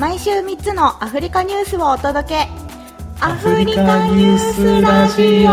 毎週3つのアフリカニュースをお届け、アフリカニュースラジオ。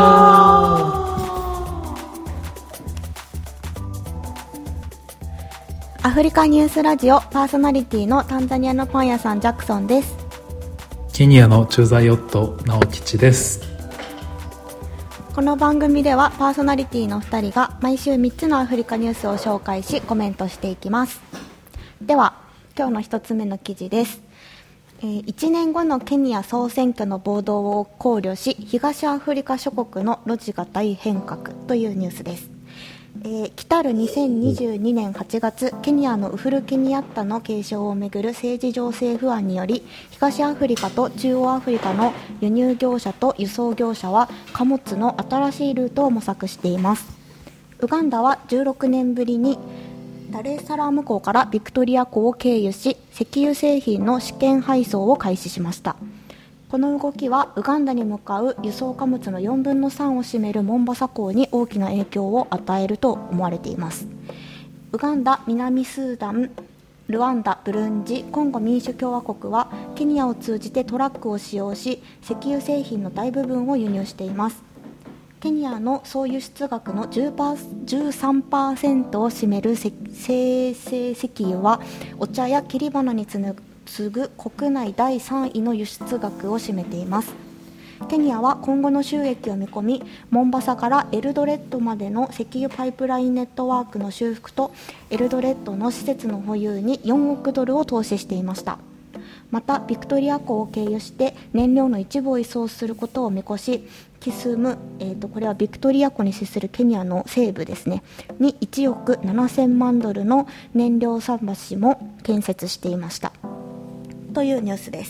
アフリカニュースラジオパーソナリティのタンザニアのパン屋さんジャクソンです。 ケニアの駐在夫直吉です。 この番組ではパーソナリティの2人が毎週3つのアフリカニュースを紹介しコメントしていきます。では今日の1つ目の記事です。1年後のケニア総選挙の暴動を考慮し、東アフリカ諸国のロジが大変革というニュースです。来たる2022年8月、ケニアのウフル・ケニアッタの継承をめぐる政治情勢不安により、東アフリカと中央アフリカの輸入業者と輸送業者は貨物の新しいルートを模索しています。ウガンダは16年ぶりにダレーサラーム港からビクトリア港を経由し、石油製品の試験配送を開始しました。この動きはウガンダに向かう輸送貨物の4分の3を占めるモンバサ港に大きな影響を与えると思われています。ウガンダ、南スーダン、ルワンダ、ブルンジ、コンゴ民主共和国はケニアを通じてトラックを使用し、石油製品の大部分を輸入しています。ケニアの総輸出額の 13% を占める精製石油はお茶や切り花に次ぐ国内第3位の輸出額を占めています。ケニアは今後の収益を見込み、モンバサからエルドレッドまでの石油パイプラインネットワークの修復とエルドレッドの施設の保有に4億ドルを投資していました。またビクトリア港を経由して燃料の一部を移送することを見越し、キスム、これはビクトリア湖に接するケニアの西部ですねに1億7000万ドルの燃料桟橋も建設していましたというニュースです。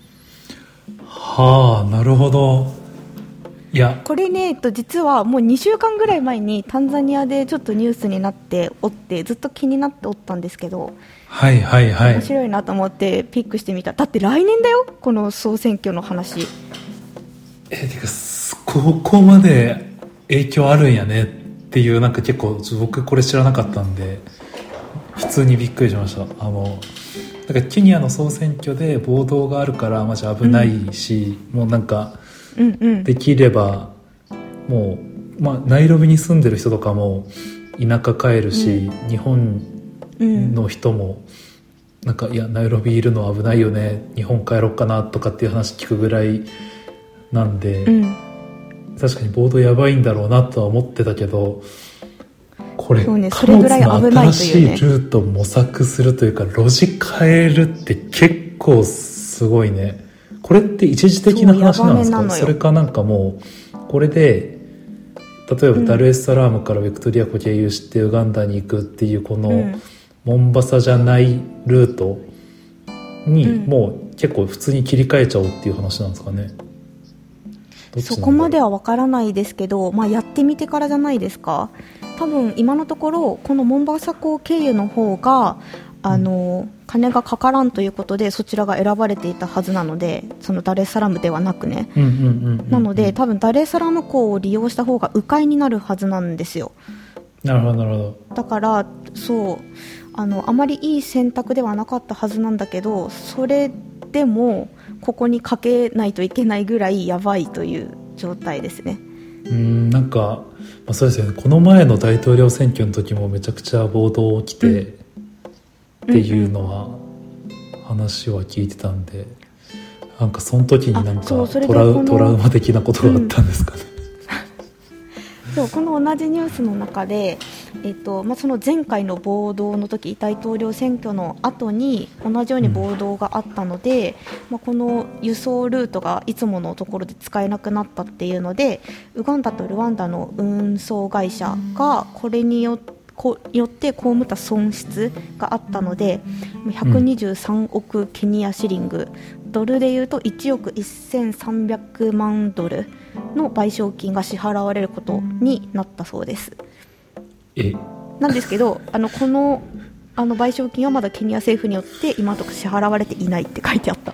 はあ、なるほど。いやこれね、実はもう2週間ぐらい前にタンザニアでちょっとニュースになっておって、ずっと気になっておったんですけど、 はいはいはい、 面白いなと思ってピックしてみた。だって来年だよ、この総選挙の話。 てかここまで影響あるんやねっていう、なんか結構僕これ知らなかったんで普通にびっくりしました。だからケニアの総選挙で暴動があるからマジ危ないし、もうなんかできればもう、ナイロビに住んでる人とかも田舎帰るし、日本の人もなんか、いやナイロビいるの危ないよね、日本帰ろうかなとかっていう話聞くぐらいなんで、確かに暴動やばいんだろうなとは思ってたけど、これ、貨物の新しいルートを模索するというか路地変えるって結構すごいね。これって一時的な話なんですか？ それかなんかもうこれで例えばダルエスサラームからビクトリア湖経由してウガンダに行くっていうこのモンバサじゃないルートにもう結構普通に切り替えちゃおうっていう話なんですかね。 そこまでは分からないですけど、やってみてからじゃないですか。多分今のところこのモンバサ港経由の方が金がかからんということでそちらが選ばれていたはずなので、そのダレーサラムではなくね、なので多分ダレーサラム港を利用した方が迂回になるはずなんですよ。 なるほどなるほど。 だからそうあまりいい選択ではなかったはずなんだけど、それでもここにかけないといけないぐらいやばいという状態ですね。 なんか、そうですよね。この前の大統領選挙の時もめちゃくちゃ暴動起きて、っていうのは話は聞いてたんで、なんかその時になんかトラウマ的なことがあったんですかね。 そう、この同じニュースの中で、その前回の暴動の時、大統領選挙の後に同じように暴動があったので、この輸送ルートがいつものところで使えなくなったっていうので、ウガンダとルワンダの運送会社がこれによって被った損失があったので、123億ケニアシリング、ドルでいうと1億1300万ドルの賠償金が支払われることになったそうです。なんですけど、この賠償金はまだケニア政府によって今のところ支払われていないって書いてあった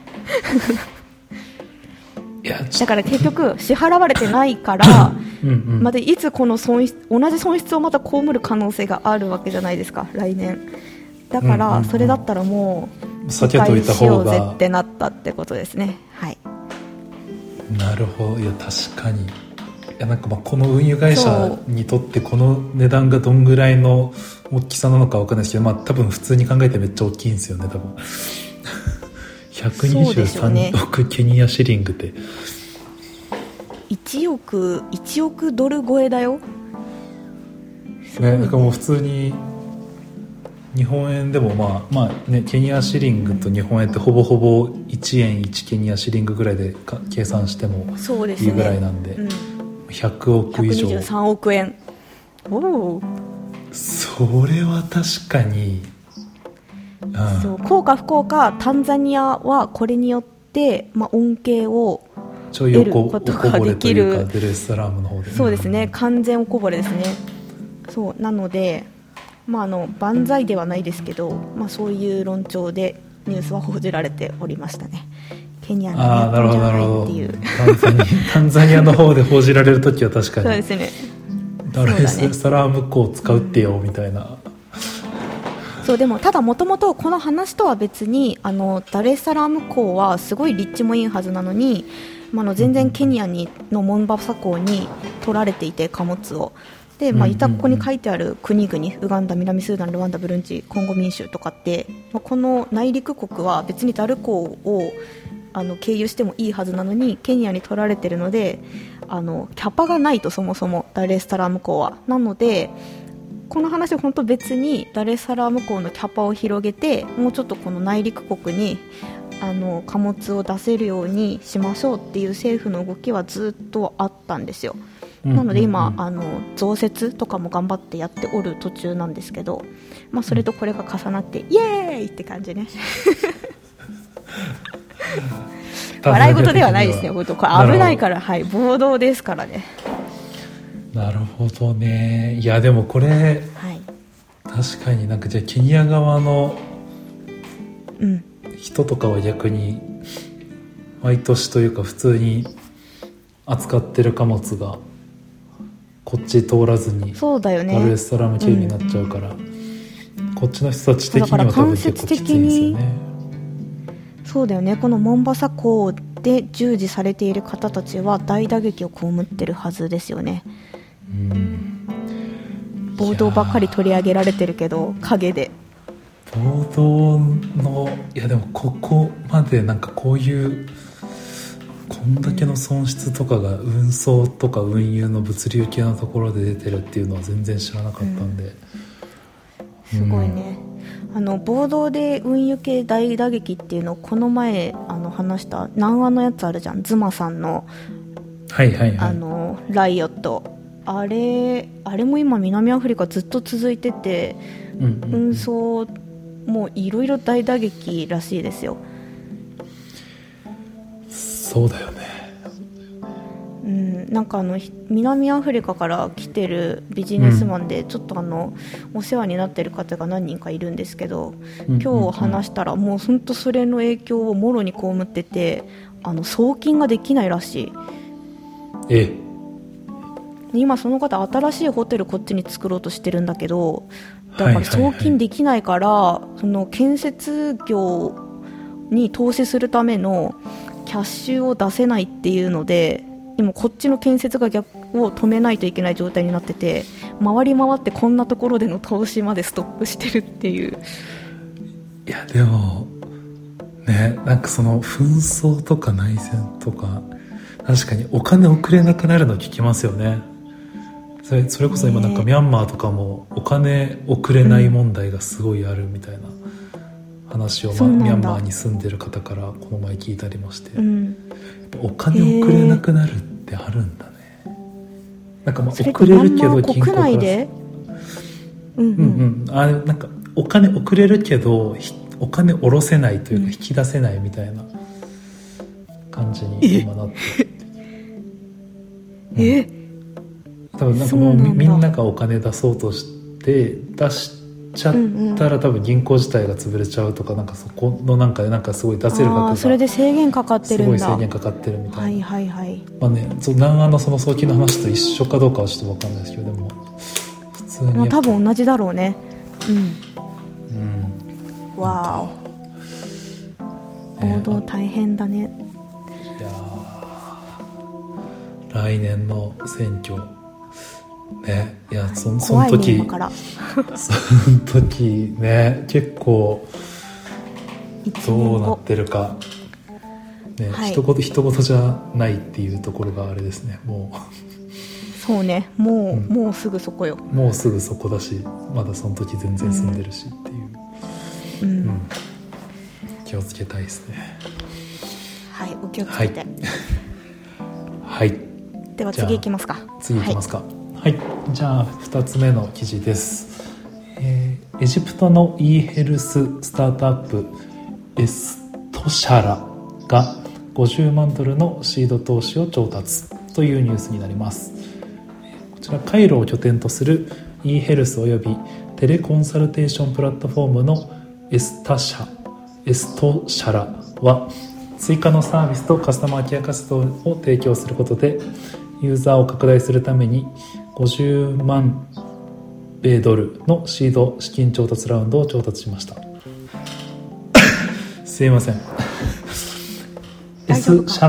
だから結局支払われてないからまたいつこの同じ損失をまた被る可能性があるわけじゃないですか、来年。だからそれだったらもう避けといた方理解しようぜがってなったってことですね。はい。 なるほど。いや確かに、いやなんかまあこの運輸会社にとってこの値段がどんぐらいの大きさなのかわかんないですけど、まあ多分普通に考えてめっちゃ大きいんですよね多分。 そうでしょうね 123億ケニアシリングって 1億ドル超えだよ。 ね。なんかもう普通に日本円でもまあね、ケニアシリングと日本円ってほぼほぼ1円1ケニアシリングぐらいで計算してもいいぐらいなんで、100億以上、 123億円。おお、 それは確かに、 そう幸か不幸かタンザニアはこれによって、恩恵をちょいおこぼれというかダルエスサラームの方で、 そうですね、完全おこぼれですね。そうなので、万歳ではないですけど、そういう論調でニュースは報じられておりましたね。ケニアにやったんじゃないっていう。 タンザニアの方で報じられるときは確かにそうですね、 ダルエスサラーム港を使うってよみたいな。 そうでもただもともとこの話とは別にダルエスサラーム港はすごい立地もいいはずなのに、全然ケニアのモンバサ港に取られていて貨物をで、ここに書いてある国々、ウガンダ、南スーダン、ルワンダ、ブルンジ、コンゴ民衆とかって、この内陸国は別にダル港を経由してもいいはずなのにケニアに取られているので、キャパがないと、そもそもダルエスサラーム港は。なのでこの話は本当別にダルエスサラーム港のキャパを広げて、もうちょっとこの内陸国に貨物を出せるようにしましょうっていう政府の動きはずっとあったんですよ。なので今増設とかも頑張ってやっておる途中なんですけど、それとこれが重なってイエーイって感じね。笑い事ではないですね。これ危ないから、はい、暴動ですからね。 なるほどね。いやでもこれ、はい、確かになんかじゃあケニア側の人とかは逆に毎年というか普通に扱ってる貨物がこっち通らずにダルエスサラーム経由になっちゃうから、こっちの人たち的には多分結構きついんですよね。 そうだよね。このモンバサ港で従事されている方たちは大打撃を被ってるはずですよね。暴動ばっかり取り上げられてるけど陰で暴動の、いやでもここまでなんかこういうこんだけの損失とかが運送とか運輸の物流系のところで出てるっていうのは全然知らなかったんで、 すごいね。暴動で運輸系大打撃っていうのをこの前話した南アのやつあるじゃん、ズマさんの、ライオット、あれも今南アフリカずっと続いてて、運送もいろいろ大打撃らしいですよ。 そうだよね。 なんか南アフリカから来てるビジネスマンでちょっとお世話になってる方が何人かいるんですけど、今日話したらもう本当それの影響をもろに被ってて、送金ができないらしい。今その方新しいホテルこっちに作ろうとしてるんだけど、だから送金できないから、その建設業に投資するためのキャッシュを出せないっていうので、今こっちの建設が逆を止めないといけない状態になってて、回り回ってこんなところでの投資までストップしてるっていう。 いやでもね、なんかその紛争とか内戦とか確かにお金送れなくなるの聞きますよね。それこそ今なんかミャンマーとかもお金送れない問題がすごいあるみたいな話を、ミャンマーに住んでる方からこの前聞いたりもして、やっぱお金送れなくなるってあるんだね。なんか送れるけど銀行から国内でなんかお金送れるけどお金下ろせないというか引き出せないみたいな感じに今なってて、多分なんかもうみんながお金出そうとして出しちゃったら多分銀行自体が潰れちゃうとか、なんかそこのなんかすごい出せる額がそれで制限かかってるんだ。 すごい制限かかってるみたいな。 南アのその送金の話と一緒かどうかはちょっと分かんないですけど、でも普通に多分同じだろうね。わ報道大変だね。 いや来年の選挙ね、いやその時怖いね今からその時ね結構どうなってるかね、 はい、 一言じゃないっていうところがあれですね。もうそうね、もうすぐそこよ。 もうすぐそこだし、まだその時全然住んでるしっていう、気をつけたいですね。 はい、お気をつけて。 はい、 では次いきますか。 次いきますか。はい、じゃあ2つ目の記事です。エジプトの e ヘルススタートアップエストシャラが50万ドルのシード投資を調達というニュースになります。こちらカイロを拠点とする e ヘルスおよびテレコンサルテーションプラットフォームのエストシャラは追加のサービスとカスタマーケア活動を提供することでユーザーを拡大するために50万米ドルのシード資金調達ラウンドを調達しましたすいません。エストシャ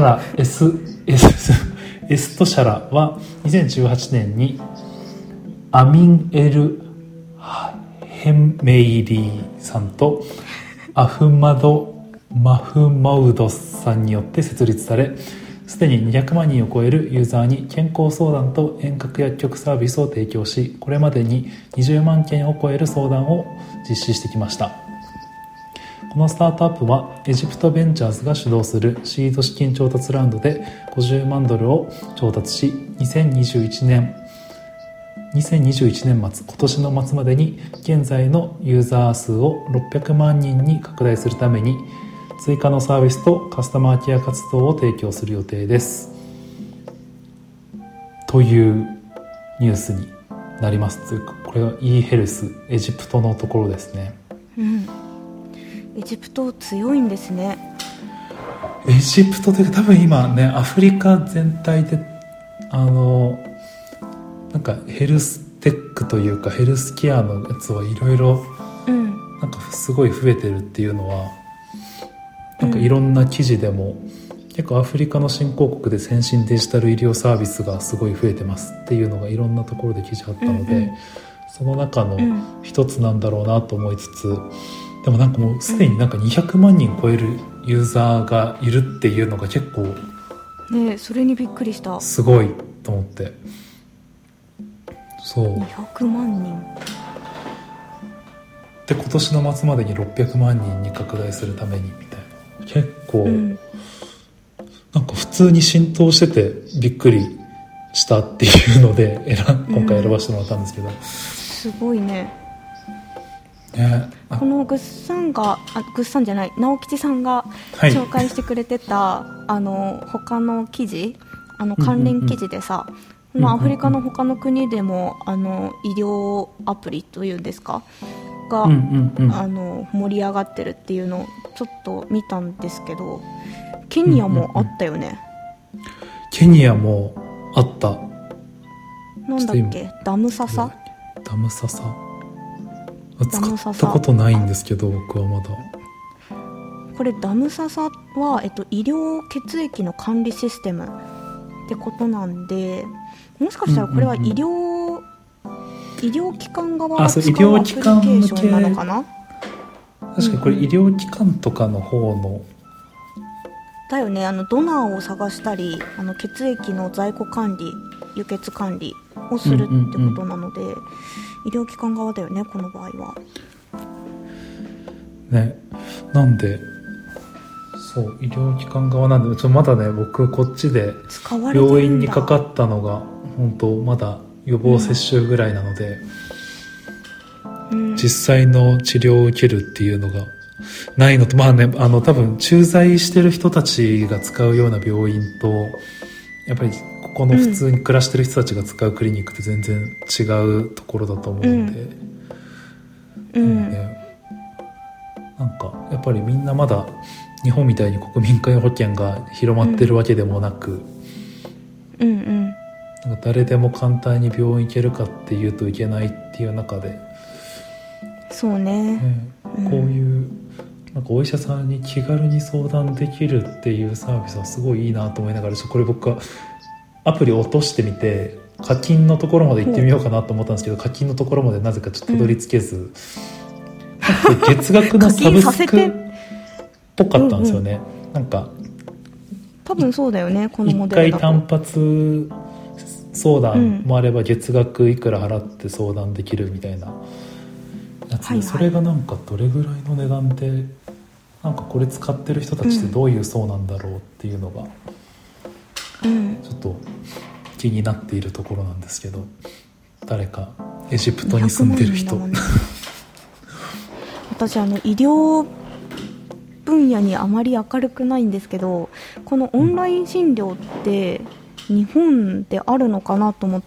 ラは2018年にアミン・エル・ヘメイリーさんとアフマド・マフマウドさんによって設立され、すでに200万人を超えるユーザーに健康相談と遠隔薬局サービスを提供し、これまでに20万件を超える相談を実施してきました。このスタートアップはエジプトベンチャーズが主導するシード資金調達ラウンドで50万ドルを調達し、2021年末、今年の末までに現在のユーザー数を600万人に拡大するために追加のサービスとカスタマーケア活動を提供する予定ですというニュースになります。というかこれが e ヘルスエジプトのところですね。 エジプト強いんですね。 エジプトというか多分今ねアフリカ全体でなんかヘルステックというかヘルスケアのやつはいろいろなんかすごい増えてるっていうのはなんかいろんな記事でも結構アフリカの新興国で先進デジタル医療サービスがすごい増えてますっていうのがいろんなところで記事あったので、その中の一つなんだろうなと思いつつ、でもなんかもうすでになんか200万人超えるユーザーがいるっていうのが結構ね、それにびっくりした。 すごいと思って。そう 200万人で今年の末までに600万人に拡大するためにみたいな、結構、なんか普通に浸透しててびっくりしたっていうので今回選ばせてもらったんですけど、 すごいね。このグッサンじゃない直吉さんが紹介してくれてた、他の記事関連記事でさ、アフリカの他の国でも医療アプリというんですかが、盛り上がってるっていうのをちょっと見たんですけど、ケニアもあったよね。 ケニアもあった。 なんだっけ、ダムササ使ったことないんですけど僕はまだ。 これダムササは、医療血液の管理システムってことなんで、もしかしたらこれは医療機関側が使うアプリケーションなのかな。 確かにこれ医療機関とかの方のだよね。ドナーを探したり血液の在庫管理輸血管理をするってことなので、医療機関側だよねこの場合はね。 なんでそう医療機関側なんでまだね僕こっちで病院にかかったのが本当まだ予防接種ぐらいなので、実際の治療を受けるっていうのがないのと、まあね多分駐在してる人たちが使うような病院とやっぱりここの普通に暮らしてる人たちが使うクリニックって全然違うところだと思うんで、なんかやっぱりみんなまだ日本みたいに国民皆保険が広まってるわけでもなく、なんか誰でも簡単に病院行けるかっていうといけないっていう中で、 そうね、 こういうなんかお医者さんに気軽に相談できるっていうサービスはすごいいいなと思いながら、これ僕はアプリを落としてみて課金のところまで行ってみようかなと思ったんですけど、課金のところまでなぜかちょっとたどり着けず、なんか月額のサブスクっぽかったんですよね。なんか多分そうだよね、このモ 1 デルだと。 回単発相談もあれば月額いくら払って相談できるみたいなやつで、それがなんかどれぐらいの値段で、なんかこれ使ってる人たちってどういう層なんだろうっていうのがちょっと気になっているところなんですけど、誰かエジプトに住んでる人、ね、 私医療分野にあまり明るくないんですけど、このオンライン診療って日本であるのかなと思って、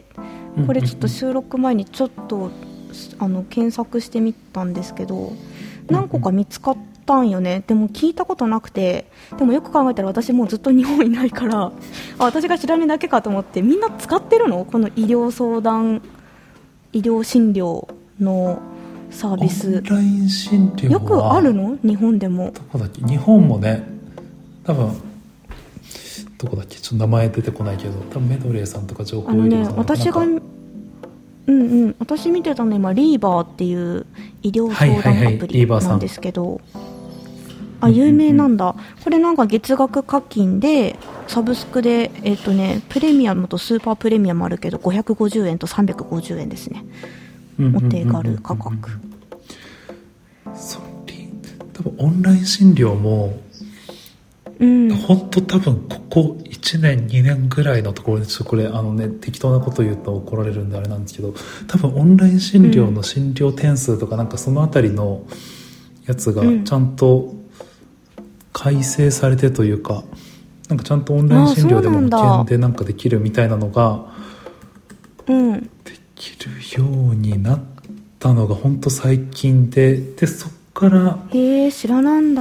これちょっと収録前にちょっと検索してみたんですけど、何個か見つかったんよね。でも聞いたことなくて、でもよく考えたら私もうずっと日本いないから私が知らないだけかと思って、みんな使ってるの？この医療相談、医療診療のサービス。 オンライン診療はよくあるの？日本でも。 どこだっけ？日本もね、多分どこだっけ？ちょっと名前出てこないけど、多分メドレーさんとか情報医療さん、 私が私見てたの今リーバーっていう医療相談アプリなんですけど、有名なんだ。これなんか月額課金でサブスクでプレミアムとスーパープレミアムあるけど550円と350円ですね。お手軽価格。 それ多分オンライン診療も本当多分ここ1年2年ぐらいのところで、ちょっとこれ適当なこと言うと怒られるんであれなんですけど、多分オンライン診療の診療点数とかなんかそのあたりのやつがちゃんと改正されてというか、なんかちゃんとオンライン診療でも保険でなんかできるみたいなのができるようになったのが本当最近で、そっから知らなんだ。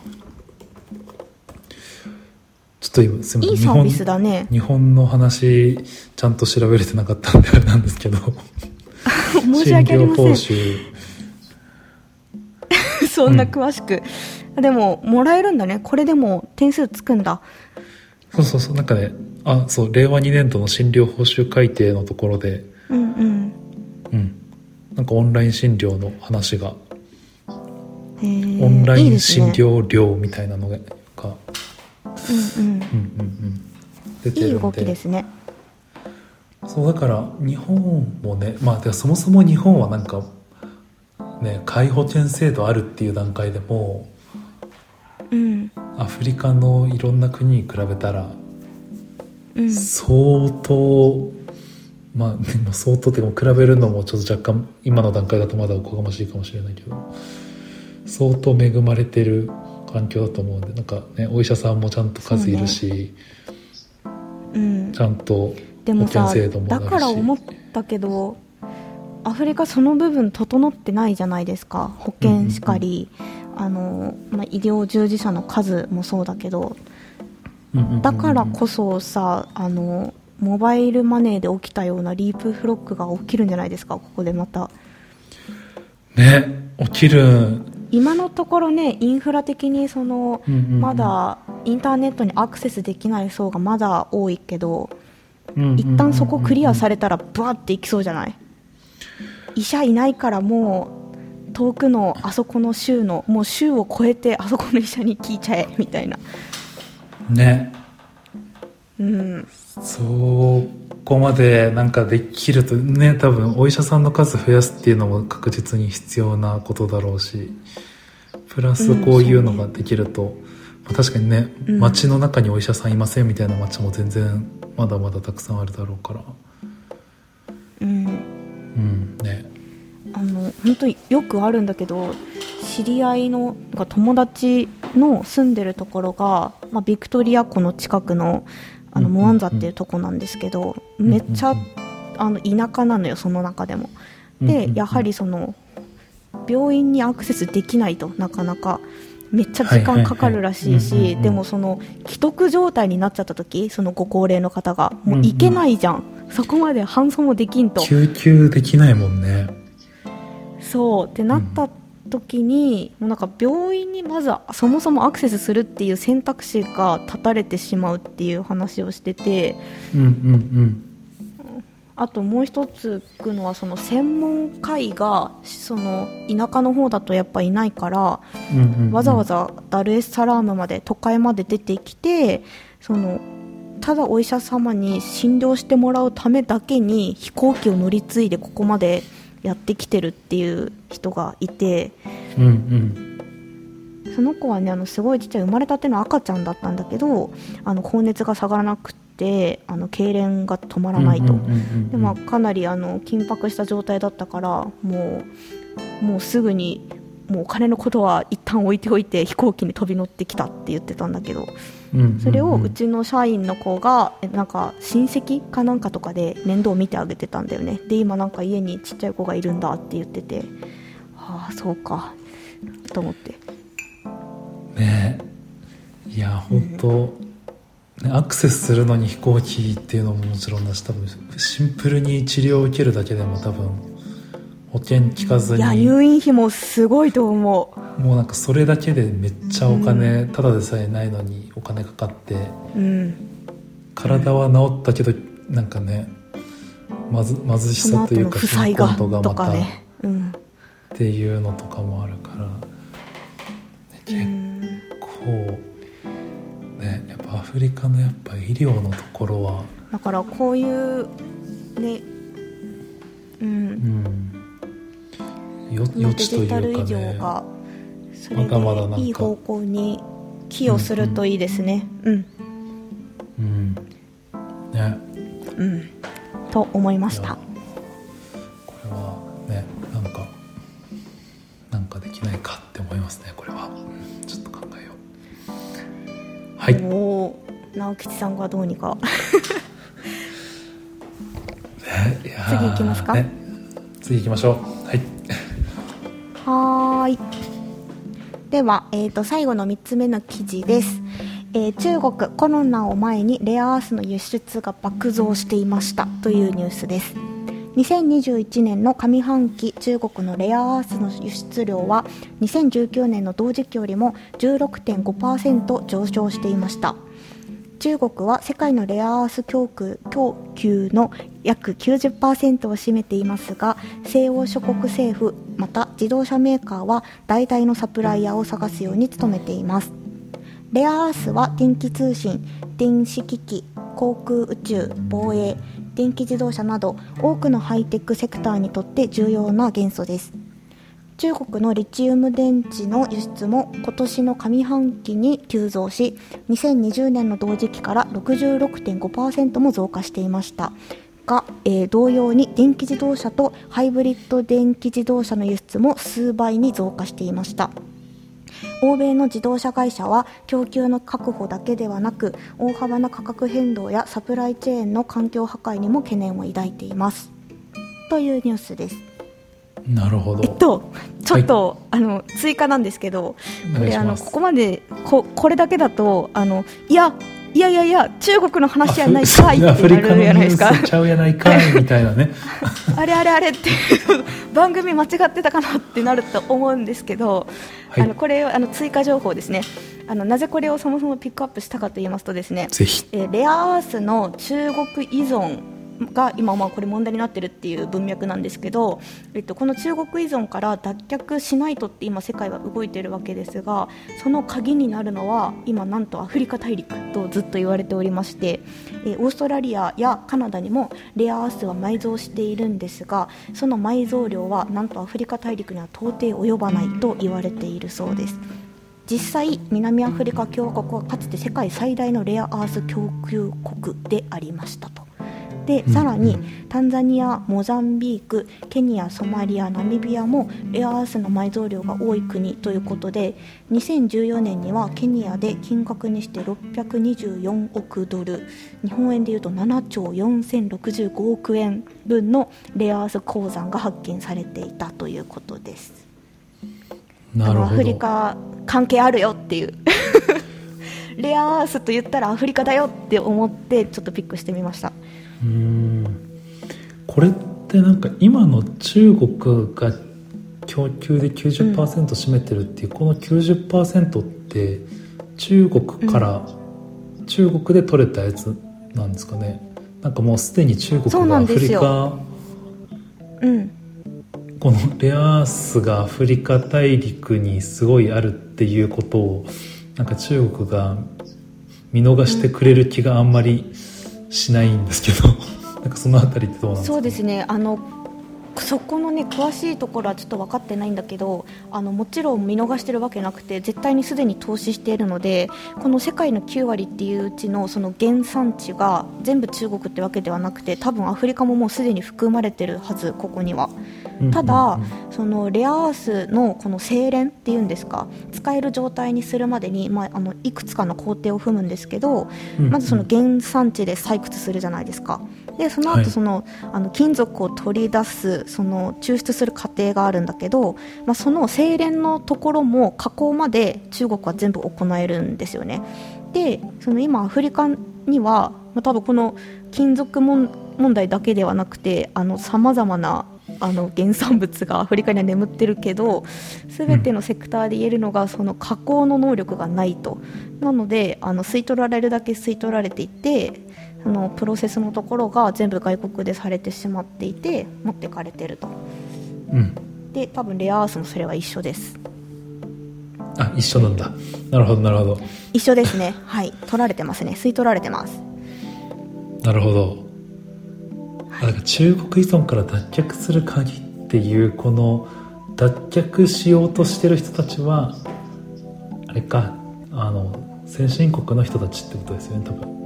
ちょっと今すみません、 いいサービスだね。 日本の話ちゃんと調べれてなかったんであれなんですけど申し訳ありません。 診療報酬そんな詳しく、でももらえるんだね。これでも点数つくんだ。 そうなんかね、そう令和2年度の診療報酬改定のところでなんかオンライン診療の話が、オンライン診療料みたいなのが出てるんで、 いい動きですね。 そうだから日本もね、そもそも日本はなんかね、皆保険制度あるっていう段階でもアフリカのいろんな国に比べたら相当相当っていうか比べるのもちょっと若干今の段階だとまだおこがましいかもしれないけど、相当恵まれてる環境だと思うんで、なんかね、お医者さんもちゃんと数いるし、ちゃんと保険制度もあるし。 だから思ったけど、アフリカその部分整ってないじゃないですか。保険しかり、医療従事者の数もそうだけど、だからこそさ、モバイルマネーで起きたようなリープフロックが起きるんじゃないですか、ここでまたね、起きる。 今のところね、インフラ的にまだインターネットにアクセスできない層がまだ多いけど、一旦そこクリアされたらブワッていきそうじゃない？医者いないからもう遠くのあそこの州のもう州を越えてあそこの医者に聞いちゃえみたいなね。そこまでなんかできるとね、多分お医者さんの数増やすっていうのも確実に必要なことだろうし、プラスこういうのができると、確かにね、街の中にお医者さんいませんみたいな街も全然まだまだたくさんあるだろうから、ね、 本当によくあるんだけど、知り合いの友達の住んでるところが、ビクトリア湖の近くのモアンザっていうとこなんですけど、めっちゃ田舎なのよ、その中でも。でやはり病院にアクセスできないとなかなかめっちゃ時間かかるらしいし、でも既得状態になっちゃった時、ご高齢の方がもう行けないじゃん、そこまで搬送もできんと、 救急できないもんね。 そうってなった時にもうなんか病院にまずそもそもアクセスするっていう選択肢が断たれてしまうっていう話をしてて、あともう一つ聞くのはその専門家医がその田舎の方だとやっぱいないから、わざわざダルエスサラームまで都会まで出てきてそのただお医者様に診療してもらうためだけに飛行機を乗り継いでここまでやってきてるっていう人がいて、その子はねすごいちっちゃい生まれたての赤ちゃんだったんだけど高熱が下がらなくて痙攣が止まらないと。で、かなり緊迫した状態だったからもうすぐにもうお金のことは一旦置いておいて飛行機に飛び乗ってきたって言ってたんだけど、それをうちの社員の子がなんか親戚かなんかとかで面倒を見てあげてたんだよね。で今なんか家にちっちゃい子がいるんだって言ってて、ああそうかと思ってね。いや本当、アクセスするのに飛行機っていうのももちろんだし、多分シンプルに治療を受けるだけでも多分保険効かずに、 いや入院費もすごいと思う。 もうなんかそれだけでめっちゃお金、ただでさえないのにお金かかって、体は治ったけどなんかね貧しさというか貧困とがまたっていうのとかもあるから、結構ねやっぱアフリカのやっぱ医療のところはだからこういうね余地というかね、 デジタル医療がそれでいい方向に寄与するといいですね。と思いました。 これはねなんかできないかって思いますね。これは、ちょっと考えよう。はい。 直吉さんがどうにか次行きますか、 次行きましょう。 はい。では、最後の3つ目の記事です。中国コロナを前にレアアースの輸出が爆増していましたというニュースです。2021年の上半期中国のレアアースの輸出量は2019年の同時期よりも 16.5% 上昇していました。中国は世界のレアアース供給の約 90% を占めていますが、西欧諸国政府また自動車メーカーは代替のサプライヤーを探すように努めています。レアアースは電気通信、電子機器、航空宇宙、防衛、電気自動車など多くのハイテクセクターにとって重要な元素です。中国のリチウム電池の輸出も今年の上半期に急増し、2020年の同時期から 66.5% も増加していましたが、同様に電気自動車とハイブリッド電気自動車の輸出も数倍に増加していました。欧米の自動車会社は供給の確保だけではなく、大幅な価格変動やサプライチェーンの環境破壊にも懸念を抱いていますというニュースです。 なるほど。 ちょっと、追加なんですけど、これここまでこれだけだといや中国の話やないかいってなるじゃないですか。 アフリカのニュースちゃうやないかいみたいなねあれって番組間違ってたかなってなると思うんですけど、これ追加情報ですね。なぜこれをそもそもピックアップしたかと言いますとですね、 ぜひレアアースの中国依存が今これ問題になっているっていう文脈なんですけど、この中国依存から脱却しないとって今世界は動いているわけですが、その鍵になるのは今なんとアフリカ大陸とずっと言われておりまして、オーストラリアやカナダにもレアアースは埋蔵しているんですが、その埋蔵量はなんとアフリカ大陸には到底及ばないと言われているそうです。実際南アフリカ共和国はかつて世界最大のレアアース供給国でありましたと。でさらにタンザニア、モザンビーク、ケニア、ソマリア、ナミビアもレアアースの埋蔵量が多い国ということで、2014年にはケニアで金額にして624億ドル、日本円でいうと7兆4065億円分のレアアース鉱山が発見されていたということです。 なるほど。 アフリカ関係あるよっていうレアアースと言ったらアフリカだよって思ってちょっとピックしてみました。 これってなんか今の中国が供給で 90% 占めてるっていう、この 90% って中国で取れたやつなんですかね。なんかもうすでに中国がアフリカ、このレアアースがアフリカ大陸にすごいあるっていうことをなんか中国が見逃してくれる気があんまりしないんですけどなんかそのあたりってどうなんですか？ そうですね、そこのね詳しいところはちょっと分かってないんだけど、もちろん見逃してるわけなくて絶対にすでに投資しているので、この世界の9割っていううちのその原産地が全部中国ってわけではなくて、多分アフリカももうすでに含まれてるはず、ここには。ただ、そのレアアースのこの精錬っていうんですか、使える状態にするまでに、いくつかの工程を踏むんですけど、まずその原産地で採掘するじゃないですか。でその後金属を取り出すその抽出する過程があるんだけど、その精錬のところも加工まで中国は全部行えるんですよね。でその今アフリカには、多分この金属問題だけではなくてさまざまな原産物がアフリカには眠ってるけど、全てのセクターで言えるのがその加工の能力がないと。なので吸い取られるだけ吸い取られていて、プロセスのところが全部外国でされてしまっていて持ってかれてると、で多分レアアースもそれは一緒です。 一緒なんだ。なるほどなるほど、 一緒ですね。はい、取られてますね、吸い取られてます。 なるほど。だから中国依存から脱却する鍵っていう、この脱却しようとしてる人たちはあれか、先進国の人たちってことですよね、多分。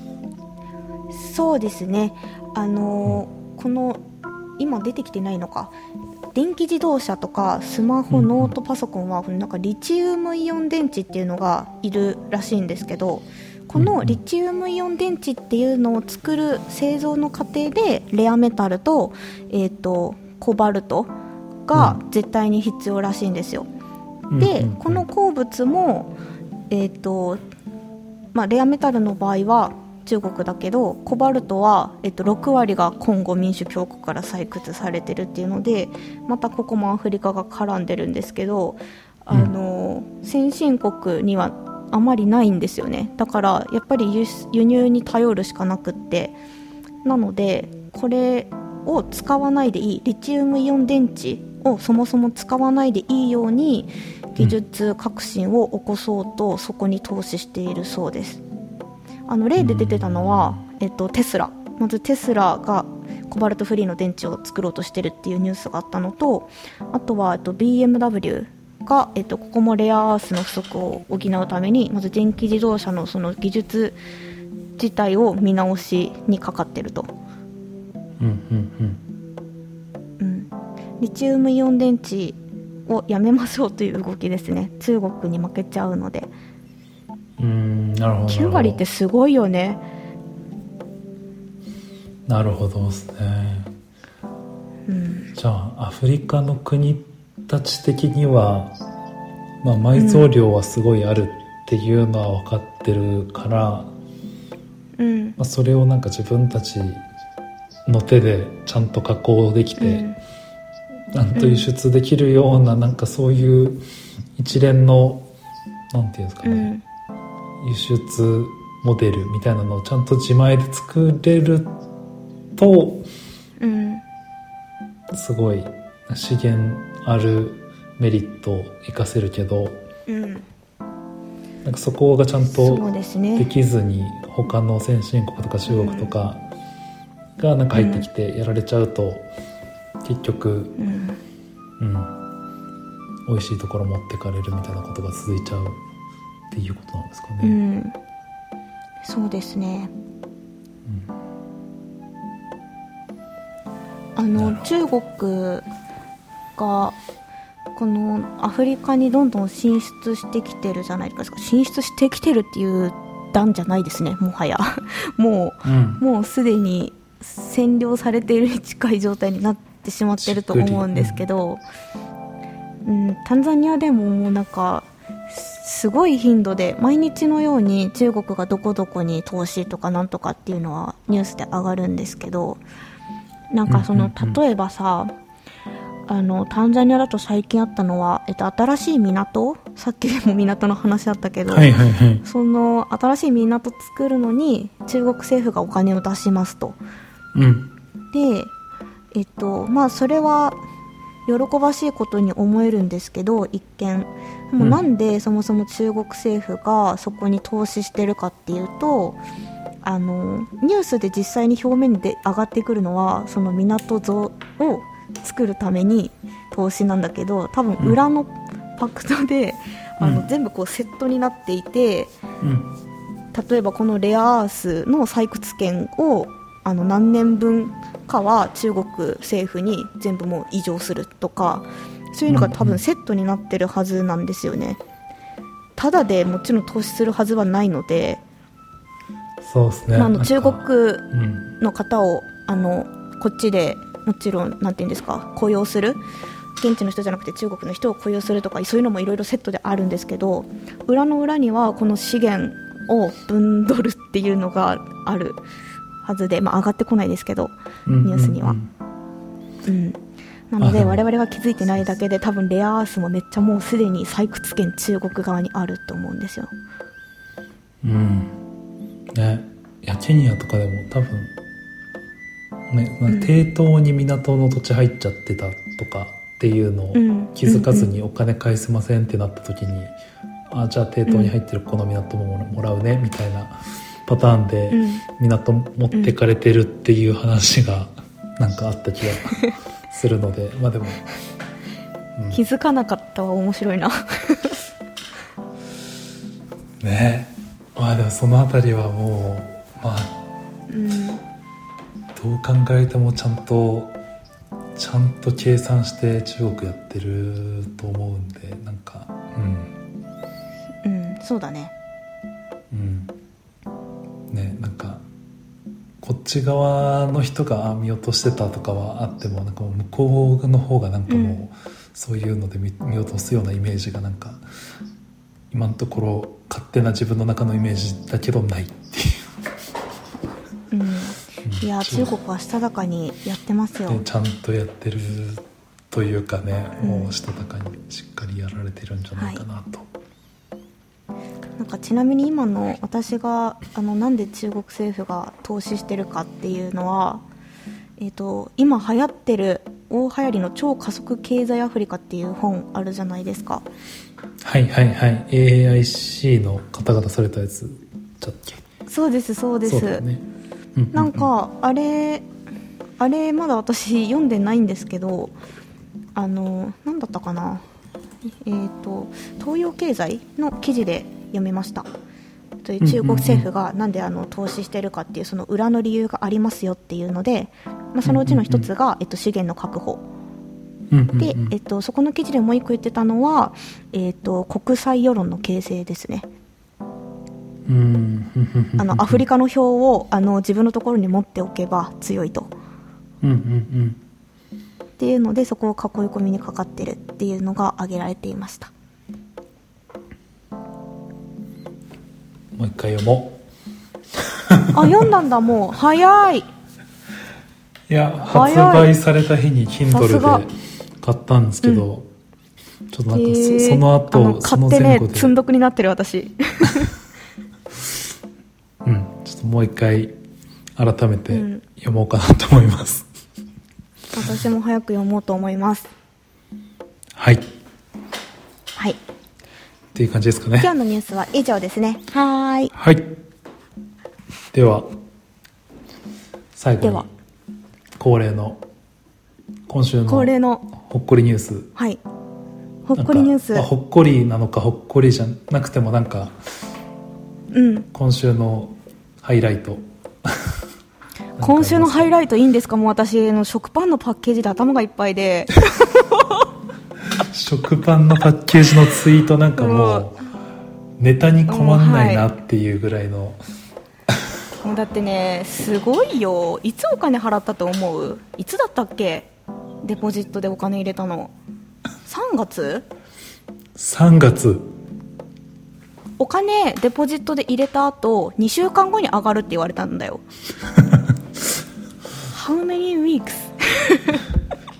そうですね、この今出てきてないのか、電気自動車とかスマホ、ノートパソコンはなんかリチウムイオン電池っていうのがいるらしいんですけど、このリチウムイオン電池っていうのを作る製造の過程でレアメタルと、コバルトが絶対に必要らしいんですよ。でこの鉱物も、レアメタルの場合は中国だけど、コバルトは、6割がコンゴ民主共和国から採掘されてるっていうので、またここもアフリカが絡んでるんですけど、先進国にはあまりないんですよね。だからやっぱり輸入に頼るしかなくって、なのでこれを使わないでいい、リチウムイオン電池をそもそも使わないでいいように技術革新を起こそうと、そこに投資しているそうです。例で出てたのは、テスラ、まずテスラがコバルトフリーの電池を作ろうとしてるっていうニュースがあったのと、あとは、BMW が、ここもレアアースの不足を補うためにまず電気自動車のその技術自体を見直しにかかってると。リチウムイオン電池をやめましょうという動きですね。中国に負けちゃうので。 なるほど。 9割ってすごいよね。 なるほどですね。じゃあアフリカの国たち的には、埋蔵量はすごいあるっていうのは分かってるから、それをなんか自分たちの手でちゃんと加工できて、ちゃんと輸出できるような、なんかそういう一連のなんていうんですかね、輸出モデルみたいなのをちゃんと自前で作れると、すごい資源あるメリットを生かせるけど、なんかそこがちゃんとできずに、他の先進国とか中国とかがなんか入ってきてやられちゃうと、結局、美味しいところ持ってかれるみたいなことが続いちゃうっていうことなんですかね。 そうですね。中国がこのアフリカにどんどん進出してきてるじゃないですか。進出してきてるっていう段じゃないですね、もはやもうすでに占領されているに近い状態になってしまってると思うんですけど、タンザニアでももうなんかすごい頻度で毎日のように中国がどこどこに投資とかなんとかっていうのはニュースで上がるんですけど、なんかその例えばさ、 タンザニアだと最近あったのは、新しい港、さっきでも港の話あったけど、 はいはいはい。 その新しい港作るのに中国政府がお金を出しますと。 うん。 で、まあそれは喜ばしいことに思えるんですけど、一見でもなんでそもそも中国政府がそこに投資してるかっていうと、ニュースで実際に表面で上がってくるのはその港像を作るために投資なんだけど、多分裏のパクトで、全部こうセットになっていて、例えばこのレアアースの採掘権を何年分かは中国政府に全部もう移譲するとか、そういうのが多分セットになってるはずなんですよね。ただでもちろん投資するはずはないので、 そうですね。 中国の方をこっちでもちろんなんていうんですか、雇用する、現地の人じゃなくて中国の人を雇用するとか、そういうのもいろいろセットであるんですけど、裏の裏にはこの資源を分取るっていうのがあるはずで、上がってこないですけどニュースには、なので我々が気づいてないだけで、多分レアアースもめっちゃもうすでに採掘権中国側にあると思うんですよ。 ね、いやケニアとかでも多分ね、抵当に港の土地入っちゃってたとかっていうのを気づかずにお金返せませんってなった時に、じゃあ抵当に入ってるこの港ももらうねみたいなパターンで港持ってかれてるっていう話がなんかあった気がするので、まあでも、 気づかなかったは面白いなね。まあでもそのあたりはもうどう考えてもちゃんと計算して中国やってると思うんで、なんかそうだね。 ね、なんかこっち側の人が見落としてたとかはあっても、なんかもう向こうの方がなんかもうそういうので見落とすようなイメージがなんか今のところ勝手な自分の中のイメージだけどないっていういや中国はしたたかにやってますよ、 ちゃんとやってるというかね、もうしたたかにしっかりやられてるんじゃないかなと、 なんかちなみに今の私がなんで中国政府が投資してるかっていうのは、今流行ってる大流行りの超加速経済アフリカっていう本あるじゃないですか。 はいはいはい、 AIC の方々されたやつだっけ。 そうですそうです。 そうだね、 なんかあれまだ私読んでないんですけど、なんだったかな、東洋経済の記事で読みました。中国政府がなんで投資してるかっていうその裏の理由がありますよっていうので、そのうちの一つが、資源の確保で、そこの記事でもう一個言ってたのは、国際世論の形成ですね。アフリカの票を自分のところに持っておけば強いと、っていうのでそこを囲い込みにかかってるっていうのが挙げられていました。 もう一回読もう読んだんだ。もう早い。 いや発売された日に Kindle で買ったんですけど、ちょっとなんかその後買ってね積んどくになってる私ちょっともう一回改めて読もうかなと思います、 私も早く読もうと思います。 はいはいっていう感じですかね。 今日のニュースは以上ですね。はい、 では最後に恒例の今週のほっこりニュース。 ほっこりニュース、 ほっこりなのかほっこりじゃなくてもなんか、今週のハイライト今週のハイライトいいんですか。もう私の食パンのパッケージで頭がいっぱいで食パンのパッケージのツイートなんかもうネタに困んないなっていうぐらいの、 もうだってねすごいよ。いつお金払ったと思う？いつだったっけ、デポジットでお金入れたの。3月 3月お金デポジットで入れた後2週間後に上がるって言われたんだよHow many weeks?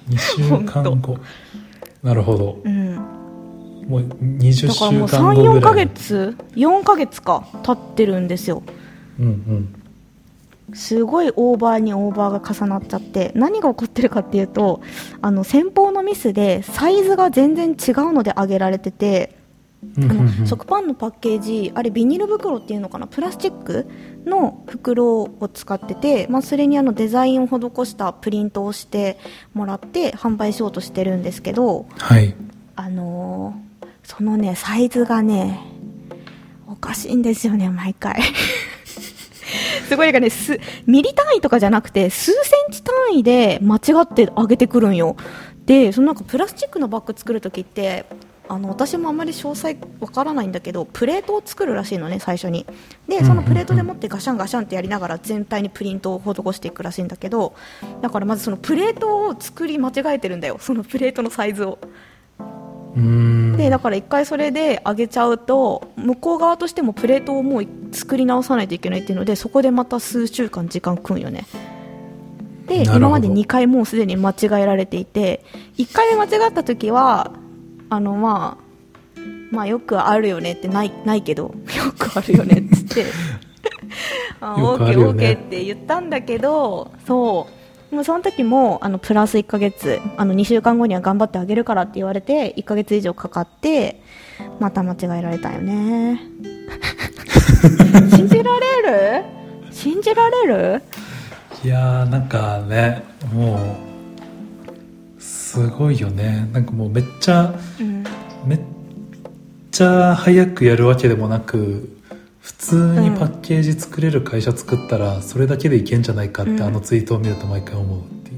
2週間後なるほど、 うん、 もう20週間後ぐらい。だからもう 3、4ヶ月4ヶ月か経ってるんですよ。 うんうん。 すごいオーバーにオーバーが重なっちゃって、何が起こってるかっていうと、先方のミスでサイズが全然違うので上げられてて、食パンのパッケージ、あれビニール袋っていうのかな、プラスチックの袋を使ってて、それにデザインを施したプリントをしてもらって販売しようとしてるんですけど、 はい、 そのねサイズがねおかしいんですよね、毎回すごいね、ミリ単位とかじゃなくて数センチ単位で間違って上げてくるんよ。で、そのプラスチックのバッグ作るときって私もあまり詳細わからないんだけど、プレートを作るらしいのね、最初に。でそのプレートでもってガシャンガシャンってやりながら全体にプリントを施していくらしいんだけど、だからまずそのプレートを作り間違えてるんだよ、そのプレートのサイズを。でだから一回それで上げちゃうと、向こう側としてもプレートをもう作り直さないといけないっていうので、そこでまた数週間時間食うんよね。で今まで2回もうすでに間違えられていて、1回目間違った時はまあよくあるよねって、ないけどよくあるよねって言ってオーケーオーケーって言ったんだけど、もうその時もプラス1ヶ月2週間後には頑張ってあげるからって言われて、1ヶ月以上かかってまた間違えられたよね信じられる？ いやー、なんかね、もうすごいよね。なんかもうめっちゃ早くやるわけでもなく、普通にパッケージ作れる会社作ったらそれだけでいけんじゃないかって、ツイートを見ると毎回思うっていう。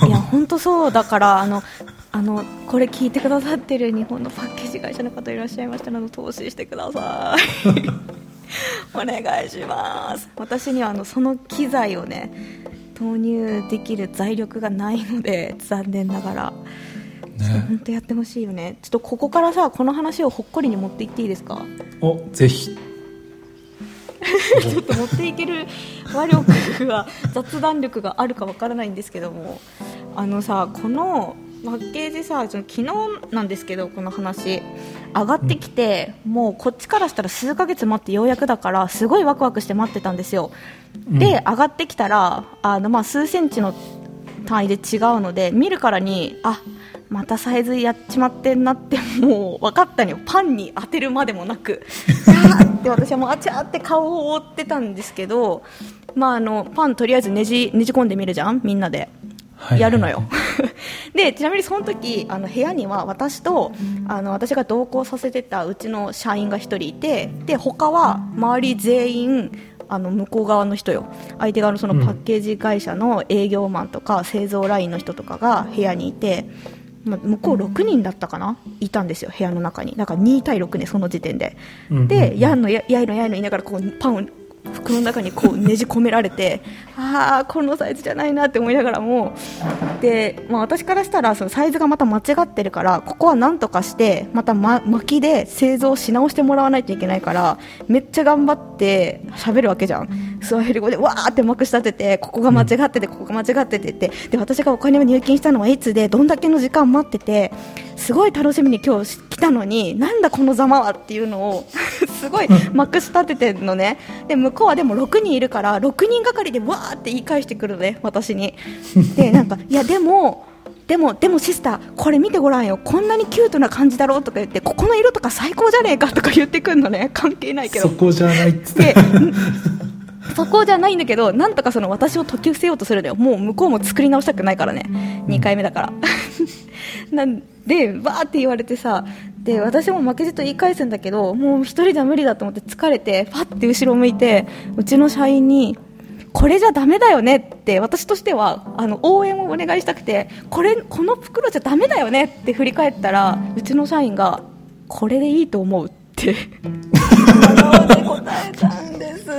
いや本当そうだから、これ聞いてくださってる日本のパッケージ会社の方いらっしゃいましたら投資してくださいお願いします。私にはその機材をね投入できる財力がないので、残念ながら本当やってほしいよね。ちょっとここからさ、この話をほっこりに持っていっていいですか？ ぜひちょっと持っていける話力が雑談力があるかわからないんですけども、このパッケージさ、昨日なんですけど、この話上がってきて、もうこっちからしたら数ヶ月待ってようやくだから、すごいワクワクして待ってたんですよ。で上がってきたら数センチの単位で違うので、見るからにまたサイズやっちまってんなってもう分かったのよ。パンに当てるまでもなくって私はもうあちゃーって顔を覆ってたんですけど、パンとりあえずねじ込んでみるじゃん、みんなでやるのよ、でちなみにその時部屋には私と私が同行させてたうちの社員が1人いて、で他は周り全員向こう側の人よ、相手側のそのパッケージ会社の営業マンとか製造ラインの人とかが部屋にいて、向こう6人だったかな、いたんですよ部屋の中に。だから2対6ね、その時点で。でやいの言いながらパンを服の中にねじ込められてこのサイズじゃないなって思いながらも、で、私からしたらそのサイズがまた間違ってるから、ここはなんとかしてまた巻きで製造し直してもらわないといけないから、めっちゃ頑張って喋るわけじゃん。スワヒリ語でわーってまくし立てて、ここが間違っててここが間違っててって、で私がお金を入金したのはいつでどんだけの時間待ってて、すごい楽しみに今日来たのに、なんだこのざまはっていうのをすごいまくし立ててるのね。で向こうはでも6人いるから6人がかりでわーって言い返してくるのね、私に。でいやでもシスターこれ見てごらんよ、こんなにキュートな感じだろうとか言って、ここの色とか最高じゃねえかとか言ってくるのね。関係ないけどそこじゃないっつってそこじゃないんだけど、なんとか私を解き伏せようとするのよ。もう向こうも作り直したくないからね、2回目だからなんでバーって言われてさ、で私も負けじと言い返すんだけど、もう一人じゃ無理だと思って疲れてパッて後ろを向いて、うちの社員にこれじゃダメだよねって、私としては応援をお願いしたくて、この袋じゃダメだよねって振り返ったら、うちの社員がこれでいいと思うって笑顔で答えたん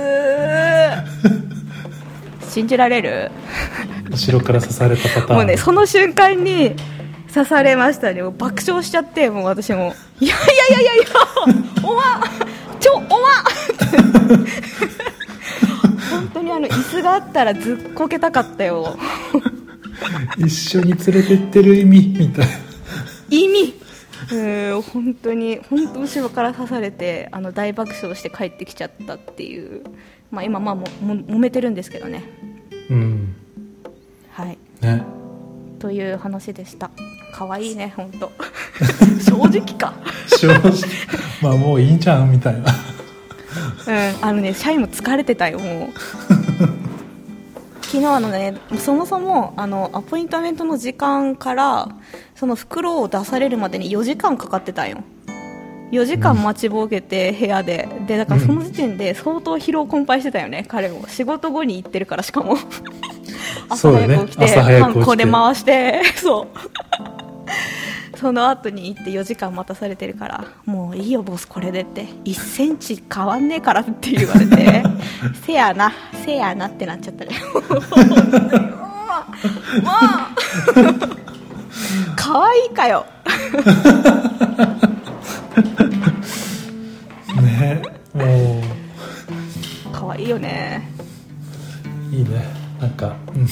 です信じられる？ 後ろから刺されたパターン。 もうね、その瞬間に刺されましたね。もう爆笑しちゃって、もう私もいやおわ本当に椅子があったらずっこけたかったよ一緒に連れてってる意味みたいな。 意味本当に本当後ろから刺されて大爆笑して帰ってきちゃったっていう、まあ、今揉めてるんですけどね。はいね、 という話でした。可愛いね本当正直か正直まあもういいんじゃんみたいなシャイも疲れてたよもう昨日ね、そもそもアポイントメントの時間からその袋を出されるまでに4時間かかってたんよ。4時間待ちぼうけて部屋で、でだからその時点で相当疲労困憊してたよね、彼も仕事後に行ってるから。しかも朝早く起きてハンコで回してそうその後に行って4時間待たされてるから、もういいよボスこれでって1センチ変わんねえからって言われてせやなってなっちゃったねもう可愛いかよね、もう可愛いよね。 いいね、なんか、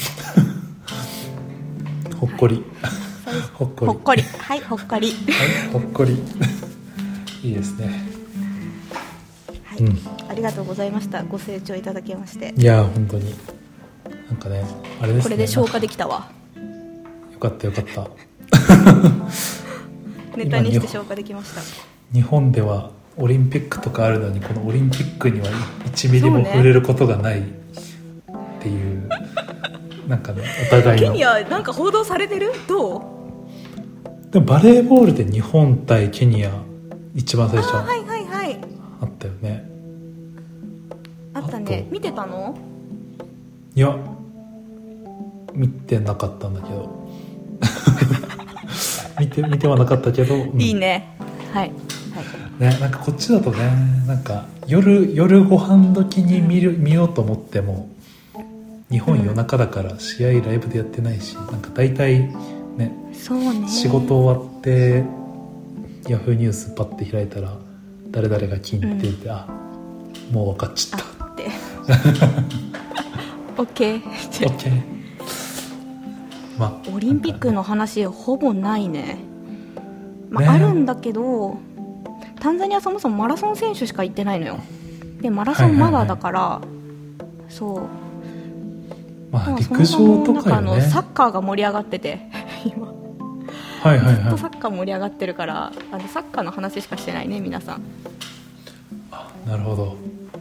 ほっこりほっこりはいほっこりはいほっこりいいですね。 はい、ありがとうございました。ご清聴いただきまして。 いや本当になんかね、あれですね、 これで消化できたわ。 よかったよかったネタにして消化できました。 日本ではオリンピックとかあるのに、このオリンピックには1ミリも触れることがないっていう、なんかね、お互いの。 ケニアなんか報道されてる？どう？ でもバレーボールで日本対ケニア一番最初はいはいはい、 あったよね。 あったね。見てたの？ いや見てなかったんだけど見てはなかったけど、 いいね。はいね、なんかこっちだとね、なんか夜ご飯時に見ようと思っても、日本夜中だから試合ライブでやってないし、なんか大体ね、 そうね、 仕事終わってヤフーニュースパッて開いたら誰々が金って言って、あ、もう分かっちゃったってオッケーまあ、オリンピックの話ほぼないね。まあ、あるんだけど、タンザニアそもそもマラソン選手しか行ってないのよ。でマラソンまだだから、そう、 まあ、陸上とかよね。 サッカーが盛り上がってて今、ずっとサッカー盛り上がってるから、サッカーの話しかしてないね皆さん。 あ、なるほど。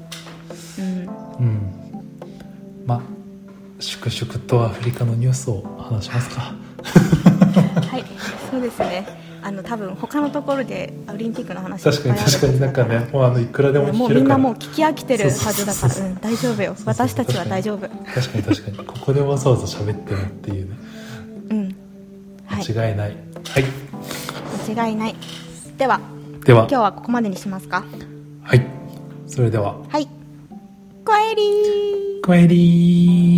まあ粛々とアフリカのニュースを話しますかはい、そうですね。多分他のところでオリンピックの話確かになんかね、もういくらでも聞けるから、 もうみんなもう聞き飽きてるはずだから、大丈夫よ、私たちは大丈夫。 確かにここでわざわざ喋ってるっていうね、間違いない。はい、 間違いない。では今日はここまでにしますか。 はい、それでは、 はい、ごえりー。 ごえりー。